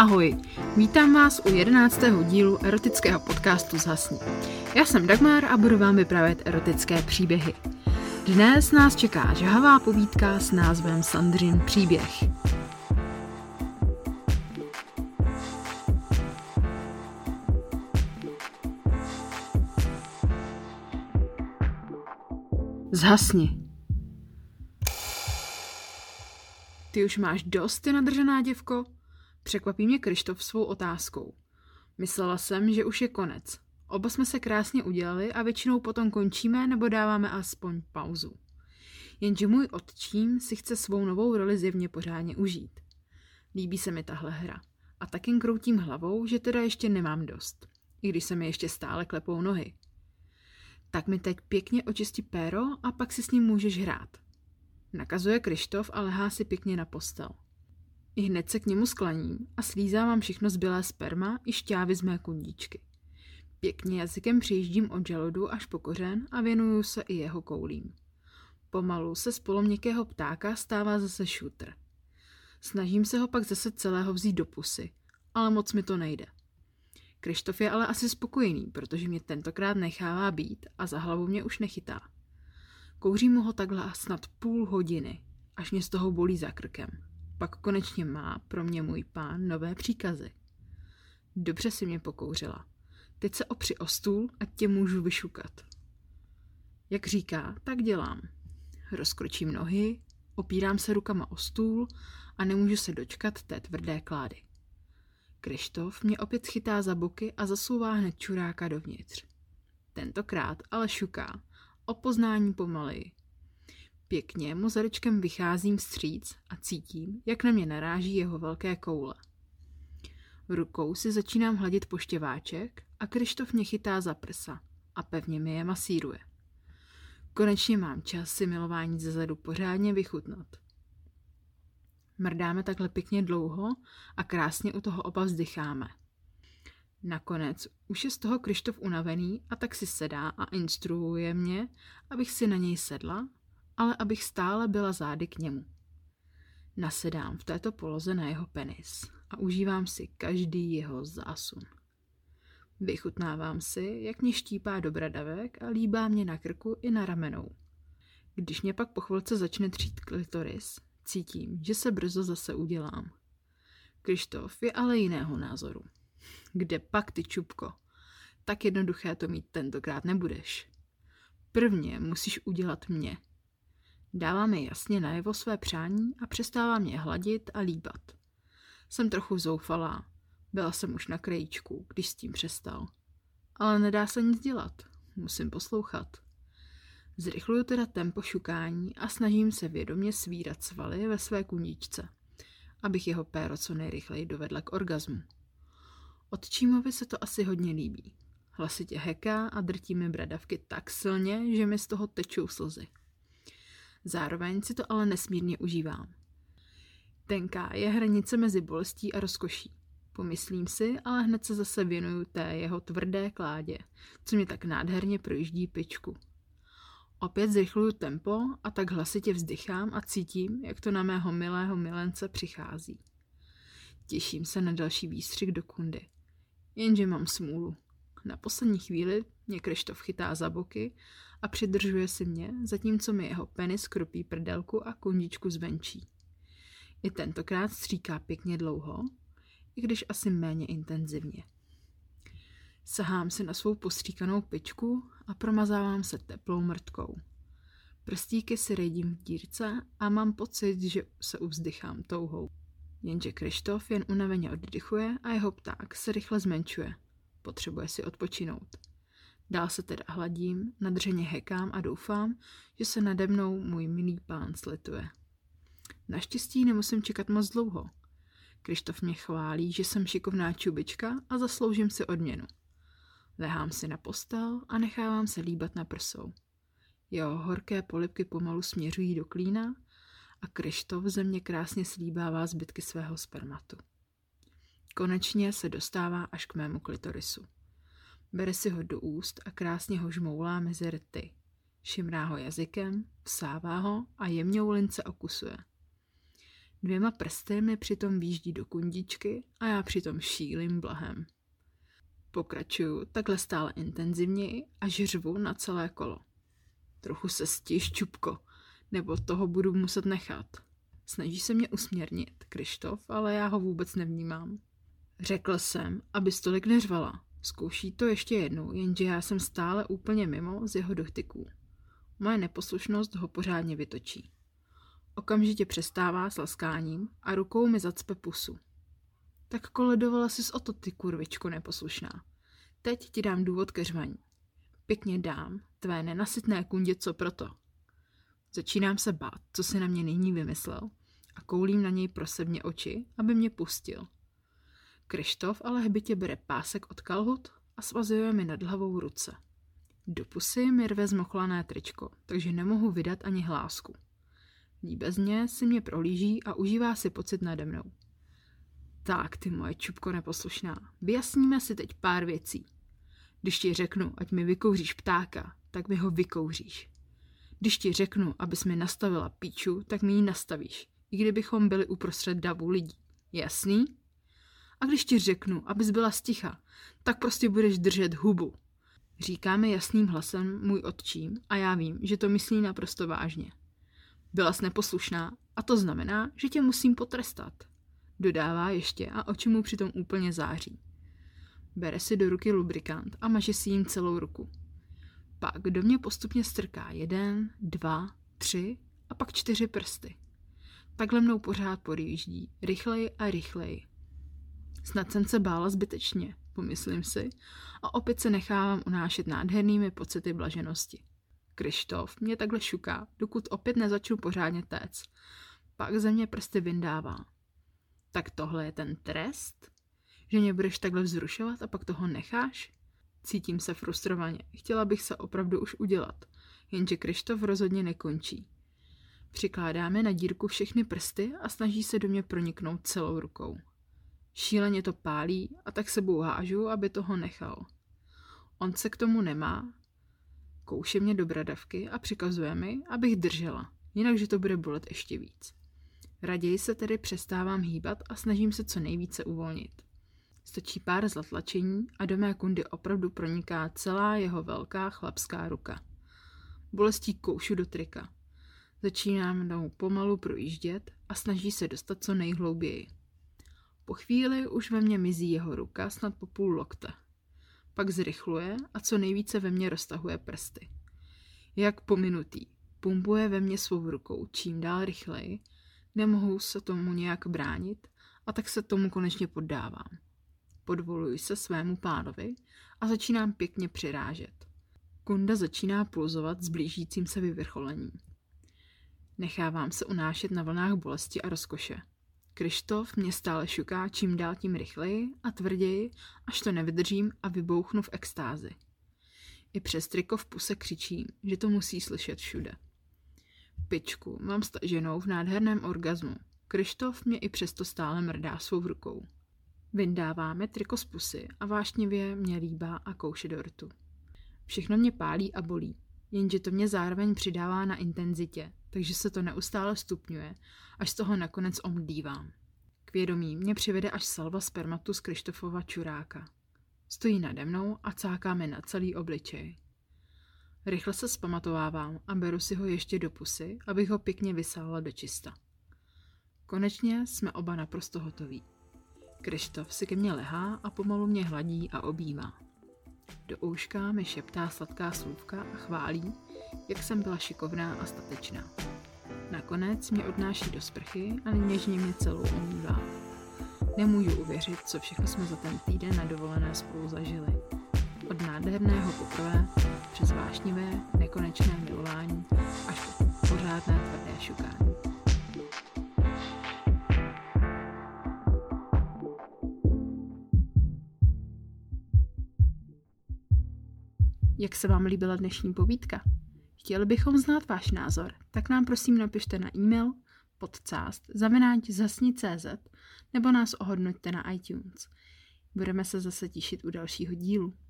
Ahoj, vítám vás u 11. dílu erotického podcastu Zhasni. Já jsem Dagmar a budu vám vyprávět erotické příběhy. Dnes nás čeká žhavá povídka s názvem Sandrin příběh. Zhasni. Ty už máš dost, ty nadržená děvko? Překvapí mě Krištof svou otázkou. Myslela jsem, že už je konec. Oba jsme se krásně udělali a většinou potom končíme nebo dáváme aspoň pauzu. Jenže můj otčím si chce svou novou roli zjevně pořádně užít. Líbí se mi tahle hra. A tak jen kroutím hlavou, že teda ještě nemám dost. I když se mi ještě stále klepou nohy. Tak mi teď pěkně očistí péro a pak si s ním můžeš hrát. Nakazuje Krištof a lehá si pěkně na postel. I hned se k němu skláním a slízávám všechno zbylé sperma i šťávy z mé kundíčky. Pěkně jazykem přejíždím od žaludu až po kořen a věnuju se i jeho koulím. Pomalu se z poloměkkého ptáka stává zase šutr. Snažím se ho pak zase celého vzít do pusy, ale moc mi to nejde. Krištof je ale asi spokojený, protože mě tentokrát nechává být a za hlavu mě už nechytá. Kouřím mu ho takhle snad půl hodiny, až mě z toho bolí za krkem. Pak konečně má pro mě můj pán nové příkazy. Dobře si mě pokouřila. Teď se opři o stůl, ať tě můžu vyšukat. Jak říká, tak dělám. Rozkročím nohy, opírám se rukama o stůl a nemůžu se dočkat té tvrdé klády. Krištof mě opět chytá za boky a zasouvá hned čuráka dovnitř. Tentokrát ale šuká, o poznání pomaleji. Pěkně mu zadečkem vycházím vstříc a cítím, jak na mě naráží jeho velké koule. Rukou si začínám hladit poštěváček a Krištof mě chytá za prsa a pevně mi je masíruje. Konečně mám čas si milování zezadu pořádně vychutnat. Mrdáme takhle pěkně dlouho a krásně u toho oba vzdycháme. Nakonec už je z toho Krištof unavený a tak si sedá a instruuje mě, abych si na něj sedla, ale abych stále byla zády k němu. Nasedám v této poloze na jeho penis a užívám si každý jeho zásun. Vychutnávám si, jak mě štípá do bradavek a líbá mě na krku i na ramenou. Když mě pak po chvilce začne třít klitoris, cítím, že se brzo zase udělám. Krištof je ale jiného názoru. Kde pak, ty čupko? Tak jednoduché to mít tentokrát nebudeš. Prvně musíš udělat mě. Dává mi jasně najevo své přání a přestává mě hladit a líbat. Jsem trochu zoufalá. Byla jsem už na krajíčku, když s tím přestal. Ale nedá se nic dělat. Musím poslouchat. Zrychluju teda tempo šukání a snažím se vědomě svírat svaly ve své kundíčce, abych jeho péro co nejrychleji dovedla k orgazmu. Otčímovi se to asi hodně líbí. Hlasitě heká a drtí mi bradavky tak silně, že mi z toho tečou slzy. Zároveň si to ale nesmírně užívám. Tenká je hranice mezi bolestí a rozkoší. Pomyslím si, ale hned se zase věnuju té jeho tvrdé kládě, co mě tak nádherně projíždí pičku. Opět zrychluju tempo a tak hlasitě vzdychám a cítím, jak to na mého milého milence přichází. Těším se na další výstřik do kundy. Jenže mám smůlu. Na poslední chvíli mě Krištof chytá za boky a přidržuje si mě, zatímco mi jeho penis kropí prdelku a kundičku zvenčí. I tentokrát stříká pěkně dlouho, i když asi méně intenzivně. Sahám si na svou postříkanou pičku a promazávám se teplou mrtkou. Prstíky si rejdím v dírce a mám pocit, že se uvzdychám touhou. Jenže Krištof jen unaveně oddychuje a jeho pták se rychle zmenšuje. Potřebuje si odpočinout. Dál se teda hladím, nadřeně hekám a doufám, že se nade mnou můj milý pán slituje. Naštěstí nemusím čekat moc dlouho. Krištof mě chválí, že jsem šikovná čubička a zasloužím si odměnu. Lehám si na postel a nechávám se líbat na prsou. Jeho horké polibky pomalu směřují do klína a Krištof ze mě krásně slíbává zbytky svého spermatu. Konečně se dostává až k mému klitorisu. Bere si ho do úst a krásně ho žmoulá mezi rty. Šimrá ho jazykem, vsává ho a jemňou lince okusuje. 2 prsty mi přitom výjíždí do kundičky a já přitom šílím blahem. Pokračuju takhle stále intenzivněji, až řvu na celé kolo. Trochu se stiž, čupko, nebo toho budu muset nechat. Snaží se mě usměrnit Krištof, ale já ho vůbec nevnímám. Řekl jsem, abys tolik neřvala. Zkouší to ještě jednou, jenže já jsem stále úplně mimo z jeho dotyků. Moje neposlušnost ho pořádně vytočí. Okamžitě přestává s laskáním a rukou mi zacpe pusu. Tak koledovala sis o to, ty kurvičko neposlušná. Teď ti dám důvod ke řvaní. Pěkně dám, tvé nenasytné kundě, co proto. Začínám se bát, co si na mě nyní vymyslel a koulím na něj prosebně oči, aby mě pustil. Krištof ale hbitě bere pásek od kalhot a svazuje mi nad hlavou ruce. Do pusy mi rve zmochlané tričko, takže nemohu vydat ani hlásku. Líbezně si mě prohlíží a užívá si pocit nade mnou. Tak, ty moje čupko neposlušná, vyjasníme si teď pár věcí. Když ti řeknu, ať mi vykouříš ptáka, tak mi ho vykouříš. Když ti řeknu, abys mi nastavila píču, tak mi ji nastavíš, i kdybychom byli uprostřed davu lidí. Jasný? A když ti řeknu, abys byla sticha, tak prostě budeš držet hubu. Říká mi jasným hlasem můj otčím a já vím, že to myslí naprosto vážně. Byla jsi neposlušná a to znamená, že tě musím potrestat. Dodává ještě a oči mu přitom úplně září. Bere si do ruky lubrikant a maže si jim celou ruku. Pak do mě postupně strká 1, 2, 3 a pak 4 prsty. Takhle mnou pořád podjíždí, rychleji a rychleji. Snad jsem se bála zbytečně, pomyslím si, a opět se nechávám unášet nádhernými pocity blaženosti. Krištof mě takhle šuká, dokud opět nezačnu pořádně téct. Pak ze mě prsty vyndává. Tak tohle je ten trest? Že mě budeš takhle vzrušovat a pak toho necháš? Cítím se frustrovaně. Chtěla bych se opravdu už udělat, jenže Krištof rozhodně nekončí. Přikládáme na dírku všechny prsty a snaží se do mě proniknout celou rukou. Šíleně to pálí a tak sebou hážu, aby toho nechal. On se k tomu nemá, kouše mě do bradavky a přikazuje mi, abych držela, jinakže to bude bolet ještě víc. Raději se tedy přestávám hýbat a snažím se co nejvíce uvolnit. Stačí pár zatlačení a do mé kundy opravdu proniká celá jeho velká chlapská ruka. Bolestí koušu do trika. Začínám mnou pomalu projíždět a snaží se dostat co nejhlouběji. Po chvíli už ve mně mizí jeho ruka snad po půl lokte. Pak zrychluje a co nejvíce ve mně roztahuje prsty. Jak pominutý, pumpuje ve mně svou rukou čím dál rychleji, nemohu se tomu nějak bránit a tak se tomu konečně poddávám. Podvoluji se svému pánovi a začínám pěkně přirážet. Kunda začíná pulzovat s blížícím se vyvrcholením. Nechávám se unášet na vlnách bolesti a rozkoše. Krištof mě stále šuká čím dál tím rychleji a tvrději, až to nevydržím a vybouchnu v extázi. I přes triko v puse křičím, že to musí slyšet všude. Pičku mám staženou v nádherném orgazmu. Krištof mě i přesto stále mrdá svou rukou. Vyndáváme triko z pusy a vášnivě mě líbá a kouše do rtu. Všechno mě pálí a bolí, jenže to mě zároveň přidává na intenzitě, takže se to neustále stupňuje, až z toho nakonec omdlívám. K vědomí mě přivede až salva spermatu z Krištofova čuráka. Stojí nade mnou a cáká mi na celý obličej. Rychle se zpamatovávám a beru si ho ještě do pusy, abych ho pěkně vysála do čista. Konečně jsme oba naprosto hotoví. Krištof si ke mně lehá a pomalu mě hladí a objímá. Do ouška mi šeptá sladká slůvka a chválí, jak jsem byla šikovná a statečná. Nakonec mě odnáší do sprchy a něžně mě celou omývá. Nemůžu uvěřit, co všechno jsme za ten týden na dovolené spolu zažili. Od nádherného poprvé přes vášnivé, nekonečné milování až po pořádné tvrdé šukání. Jak se vám líbila dnešní povídka? Chtěli bychom znát váš názor, tak nám prosím napište na e-mail podcast@zasni.cz nebo nás ohodnoťte na iTunes. Budeme se zase těšit u dalšího dílu.